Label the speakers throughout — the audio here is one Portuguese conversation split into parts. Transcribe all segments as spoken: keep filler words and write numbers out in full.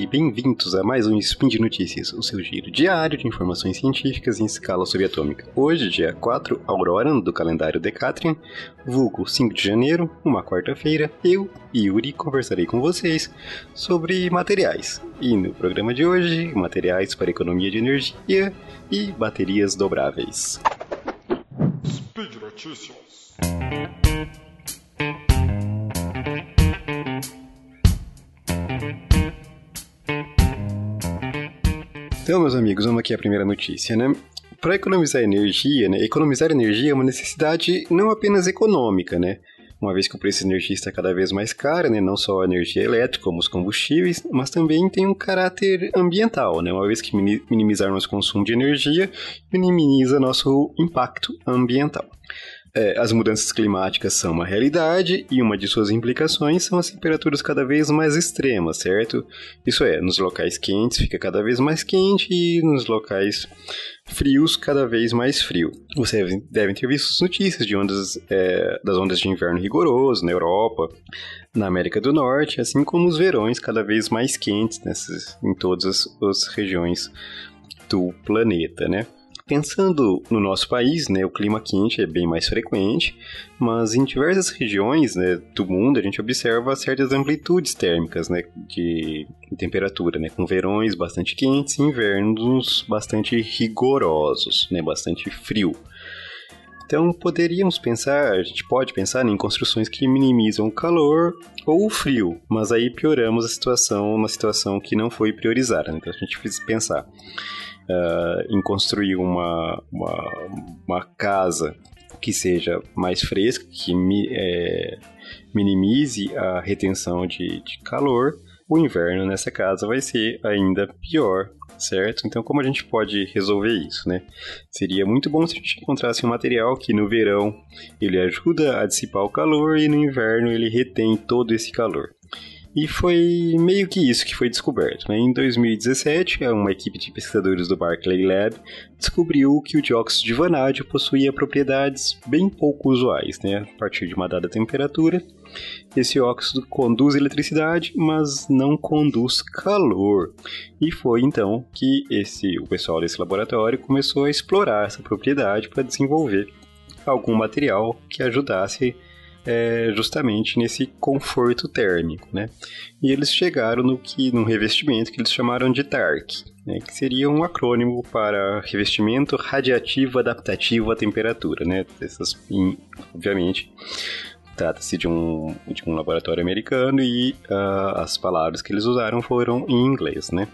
Speaker 1: bem-vindos a mais um Spin de Notícias, o seu giro diário de informações científicas em escala subatômica. Hoje, dia quatro Auroran do calendário Decatrian, vulgo cinco de janeiro, uma quarta-feira, eu, Yuri, conversarei com vocês sobre materiais. E no programa de hoje, materiais para economia de energia e baterias dobráveis.
Speaker 2: Speed Notícias.
Speaker 1: Então, meus amigos, vamos aqui à primeira notícia, né? Para economizar energia, né? Economizar energia é uma necessidade não apenas econômica, né? Uma vez que o preço da energia está cada vez mais caro, né? Não só a energia elétrica, como os combustíveis, mas também tem um caráter ambiental, né? Uma vez que minimizar nosso consumo de energia, minimiza nosso impacto ambiental. É, as mudanças climáticas são uma realidade e uma de suas implicações são as temperaturas cada vez mais extremas, certo? Isso é, nos locais quentes fica cada vez mais quente e nos locais frios cada vez mais frio. Vocês devem ter visto notícias de ondas, é, das ondas de inverno rigoroso na Europa, na América do Norte, assim como os verões cada vez mais quentes nessas, em todas as, as regiões do planeta, né? Pensando no nosso país, né, o clima quente é bem mais frequente, mas em diversas regiões, né, do mundo a gente observa certas amplitudes térmicas, né, de, de temperatura, né, com verões bastante quentes e invernos bastante rigorosos, né, bastante frio. Então poderíamos pensar, a gente pode pensar em construções que minimizam o calor ou o frio, mas aí pioramos a situação, uma situação que não foi priorizada, né? Então a gente precisa pensar uh, em construir uma, uma, uma casa que seja mais fresca, que mi, é, minimize a retenção de, de calor. O inverno nessa casa vai ser ainda pior, certo? Então, como a gente pode resolver isso, né? Seria muito bom se a gente encontrasse um material que no verão ele ajuda a dissipar o calor e no inverno ele retém todo esse calor. E foi meio que isso que foi descoberto, né? Em dois mil e dezessete, uma equipe de pesquisadores do Berkeley Lab descobriu que o dióxido de vanádio possuía propriedades bem pouco usuais, né? A partir de uma dada temperatura, esse óxido conduz eletricidade, mas não conduz calor. E foi então que esse, o pessoal desse laboratório começou a explorar essa propriedade para desenvolver algum material que ajudasse É, justamente nesse conforto térmico, né? E eles chegaram no que, num revestimento que eles chamaram de T A R C, né? Que seria um acrônimo para Revestimento Radiativo Adaptativo à Temperatura, né? Essas, obviamente, trata-se de um, de um laboratório americano e uh, as palavras que eles usaram foram em inglês, né?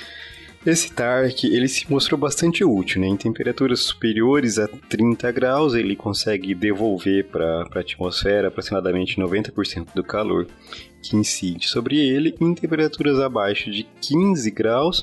Speaker 1: Esse T A R C, ele se mostrou bastante útil, né? Em temperaturas superiores a trinta graus, ele consegue devolver para a atmosfera aproximadamente noventa por cento do calor que incide sobre ele. Em temperaturas abaixo de quinze graus,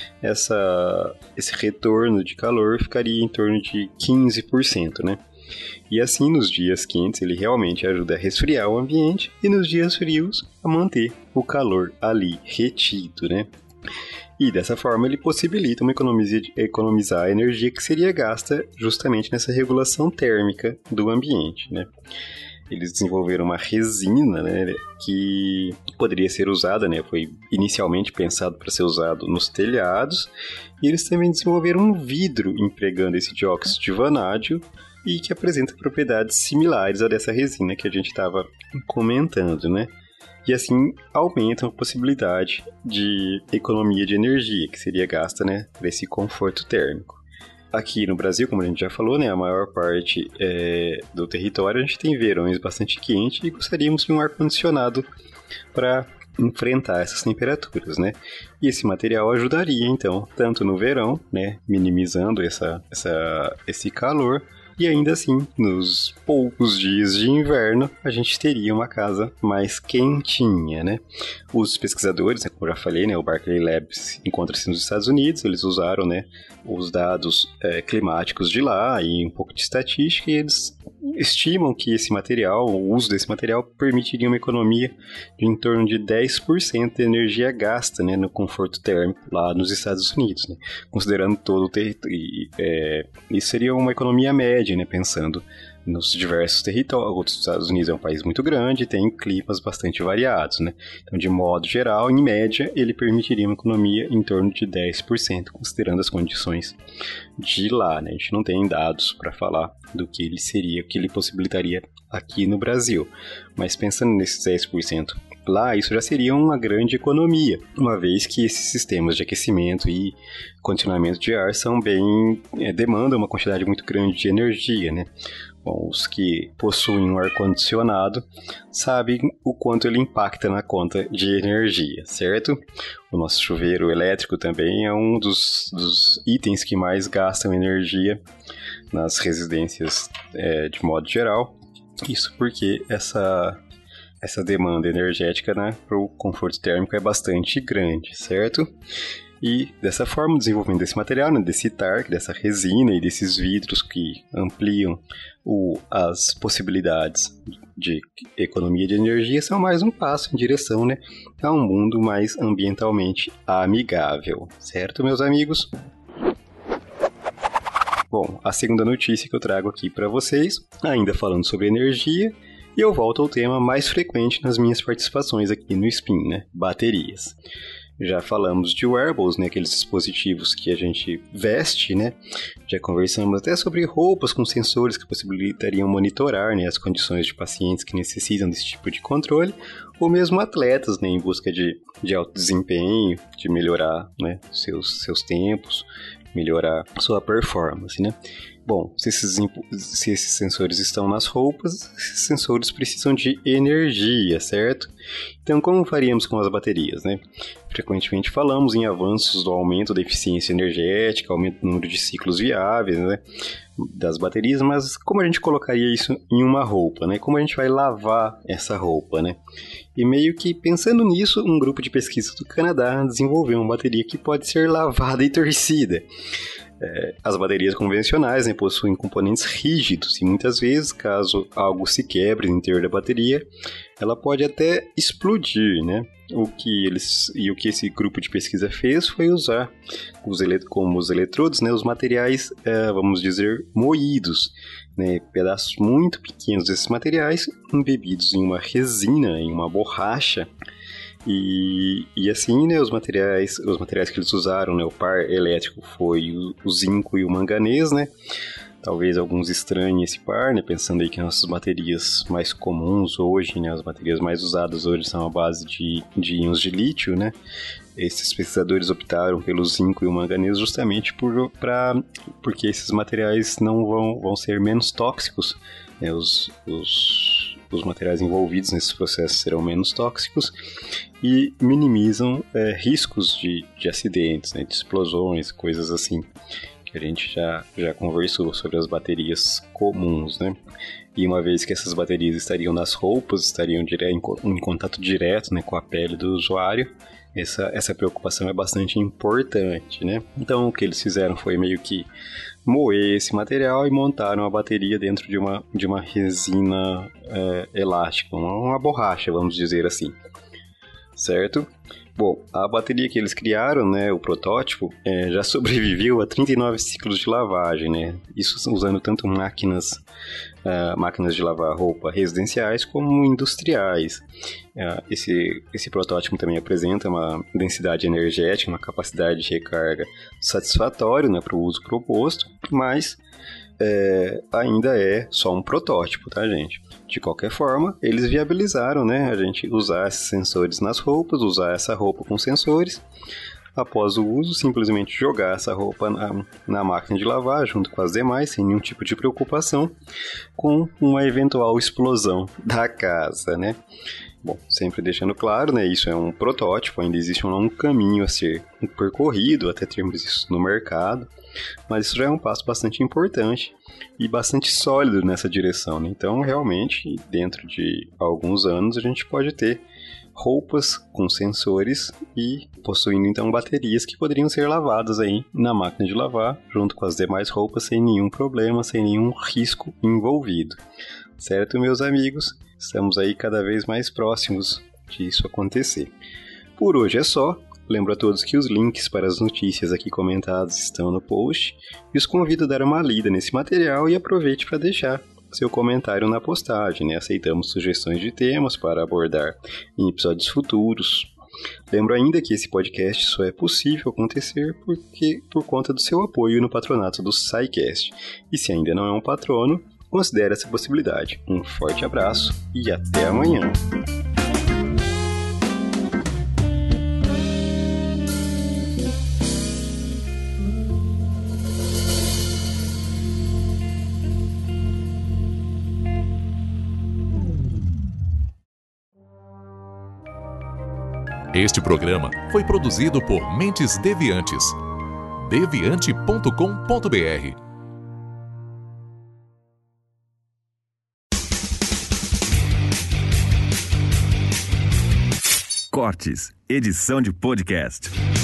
Speaker 1: essa, esse retorno de calor ficaria em torno de quinze por cento, né? E assim, nos dias quentes, ele realmente ajuda a resfriar o ambiente e nos dias frios a manter o calor ali retido, né? E dessa forma ele possibilita uma economia de economizar a energia que seria gasta justamente nessa regulação térmica do ambiente, né? Eles desenvolveram uma resina, né, que poderia ser usada, né, foi inicialmente pensado para ser usado nos telhados, e eles também desenvolveram um vidro empregando esse dióxido de vanádio e que apresenta propriedades similares a dessa resina que a gente estava comentando, né? E assim aumentam a possibilidade de economia de energia que seria gasta, né, para esse conforto térmico. Aqui no Brasil, como a gente já falou, né, a maior parte é, do território a gente tem verões bastante quentes e gostaríamos de um ar-condicionado para enfrentar essas temperaturas, né? E esse material ajudaria, então, tanto no verão, né, minimizando essa, essa, esse calor, e ainda assim, nos poucos dias de inverno, a gente teria uma casa mais quentinha, né? Os pesquisadores, né, como eu já falei, né, o Berkeley Labs encontra-se nos Estados Unidos, eles usaram, né, os dados é, climáticos de lá e um pouco de estatística, e eles estimam que esse material, o uso desse material, permitiria uma economia de em torno de dez por cento de energia gasta, né, no conforto térmico lá nos Estados Unidos, né, considerando todo o território. É, isso seria uma economia média, né, pensando nos diversos territórios. Os Estados Unidos é um país muito grande e tem climas bastante variados, né? Então, de modo geral, em média, ele permitiria uma economia em torno de dez por cento, considerando as condições de lá, né? A gente não tem dados para falar do que ele seria, o que ele possibilitaria aqui no Brasil. Mas pensando nesses dez por cento lá, isso já seria uma grande economia, uma vez que esses sistemas de aquecimento e condicionamento de ar são bem, é, demandam uma quantidade muito grande de energia, né? Bom, os que possuem um ar-condicionado sabem o quanto ele impacta na conta de energia, certo? O nosso chuveiro elétrico também é um dos, dos itens que mais gastam energia nas residências, é, de modo geral. Isso porque essa, essa demanda energética, né, para o conforto térmico é bastante grande, certo? E dessa forma, o desenvolvimento desse material, né, desse talc, dessa resina e desses vidros que ampliam o, as possibilidades de economia de energia são mais um passo em direção, né, a um mundo mais ambientalmente amigável, certo, meus amigos? Bom, a segunda notícia que eu trago aqui para vocês, ainda falando sobre energia, e eu volto ao tema mais frequente nas minhas participações aqui no Spin, né, baterias. Já falamos de wearables, né, aqueles dispositivos que a gente veste, né? Já conversamos até sobre roupas com sensores que possibilitariam monitorar, né, as condições de pacientes que necessitam desse tipo de controle, ou mesmo atletas, né, em busca de, de alto desempenho, de melhorar, né, seus, seus tempos, melhorar sua performance, né? Bom, se esses, se esses sensores estão nas roupas, esses sensores precisam de energia, certo? Então, como faríamos com as baterias, né? Frequentemente falamos em avanços do aumento da eficiência energética, aumento do número de ciclos viáveis, né, das baterias, mas como a gente colocaria isso em uma roupa, né? Como a gente vai lavar essa roupa, né? E meio que pensando nisso, um grupo de pesquisa do Canadá desenvolveu uma bateria que pode ser lavada e torcida. É, as baterias convencionais, né, possuem componentes rígidos e muitas vezes, caso algo se quebre no interior da bateria, ela pode até explodir, né? O que eles, e o que esse grupo de pesquisa fez foi usar os elet- como os eletrodos, né, os materiais, é, vamos dizer, moídos, né, pedaços muito pequenos desses materiais embebidos em uma resina, em uma borracha. E, e assim, né, os materiais, os materiais que eles usaram, né, o par elétrico foi o, o zinco e o manganês, né? Talvez alguns estranhem esse par, né, pensando aí que as nossas baterias mais comuns hoje, né, as baterias mais usadas hoje são a base de, de íons de lítio, né? Esses pesquisadores optaram pelo zinco e o manganês justamente por, pra, porque esses materiais não vão, vão ser menos tóxicos, né? Os, os, os materiais envolvidos nesses processos serão menos tóxicos e minimizam é, riscos de, de acidentes, né, de explosões, coisas assim, que a gente já, já conversou sobre as baterias comuns, né? E uma vez que essas baterias estariam nas roupas, estariam dire- em, em contato direto, né, com a pele do usuário, essa, essa preocupação é bastante importante, né? Então o que eles fizeram foi meio que moer esse material e montaram a bateria dentro de uma, de uma resina é, elástica, uma, uma borracha, vamos dizer assim, certo? Bom, a bateria que eles criaram, né, o protótipo, é, já sobreviveu a trinta e nove ciclos de lavagem, né? Isso usando tanto máquinas, uh, máquinas de lavar roupa residenciais como industriais. Uh, esse, esse protótipo também apresenta uma densidade energética, uma capacidade de recarga satisfatória, né, para o uso proposto, mas é, ainda é só um protótipo, tá, gente? De qualquer forma, eles viabilizaram, né, a gente usar esses sensores nas roupas, usar essa roupa com sensores. Após o uso, simplesmente jogar essa roupa na, na máquina de lavar, junto com as demais, sem nenhum tipo de preocupação, com uma eventual explosão da casa, né? Bom, sempre deixando claro, né, isso é um protótipo, ainda existe um longo caminho a ser percorrido até termos isso no mercado, mas isso já é um passo bastante importante e bastante sólido nessa direção, né? Então, realmente, dentro de alguns anos, a gente pode ter roupas com sensores e possuindo, então, baterias que poderiam ser lavadas aí na máquina de lavar, junto com as demais roupas, sem nenhum problema, sem nenhum risco envolvido. Certo, meus amigos? Estamos aí cada vez mais próximos disso acontecer. Por hoje é só. Lembro a todos que os links para as notícias aqui comentadas estão no post e os convido a dar uma lida nesse material e aproveite para deixar seu comentário na postagem, né? Aceitamos sugestões de temas para abordar em episódios futuros. Lembro ainda que esse podcast só é possível acontecer porque, por conta do seu apoio no patronato do SciCast. E se ainda não é um patrono, considere essa possibilidade. Um forte abraço e até amanhã!
Speaker 3: Este programa foi produzido por Mentes Deviantes. deviante ponto com ponto b r.
Speaker 4: Cortes, edição de podcast.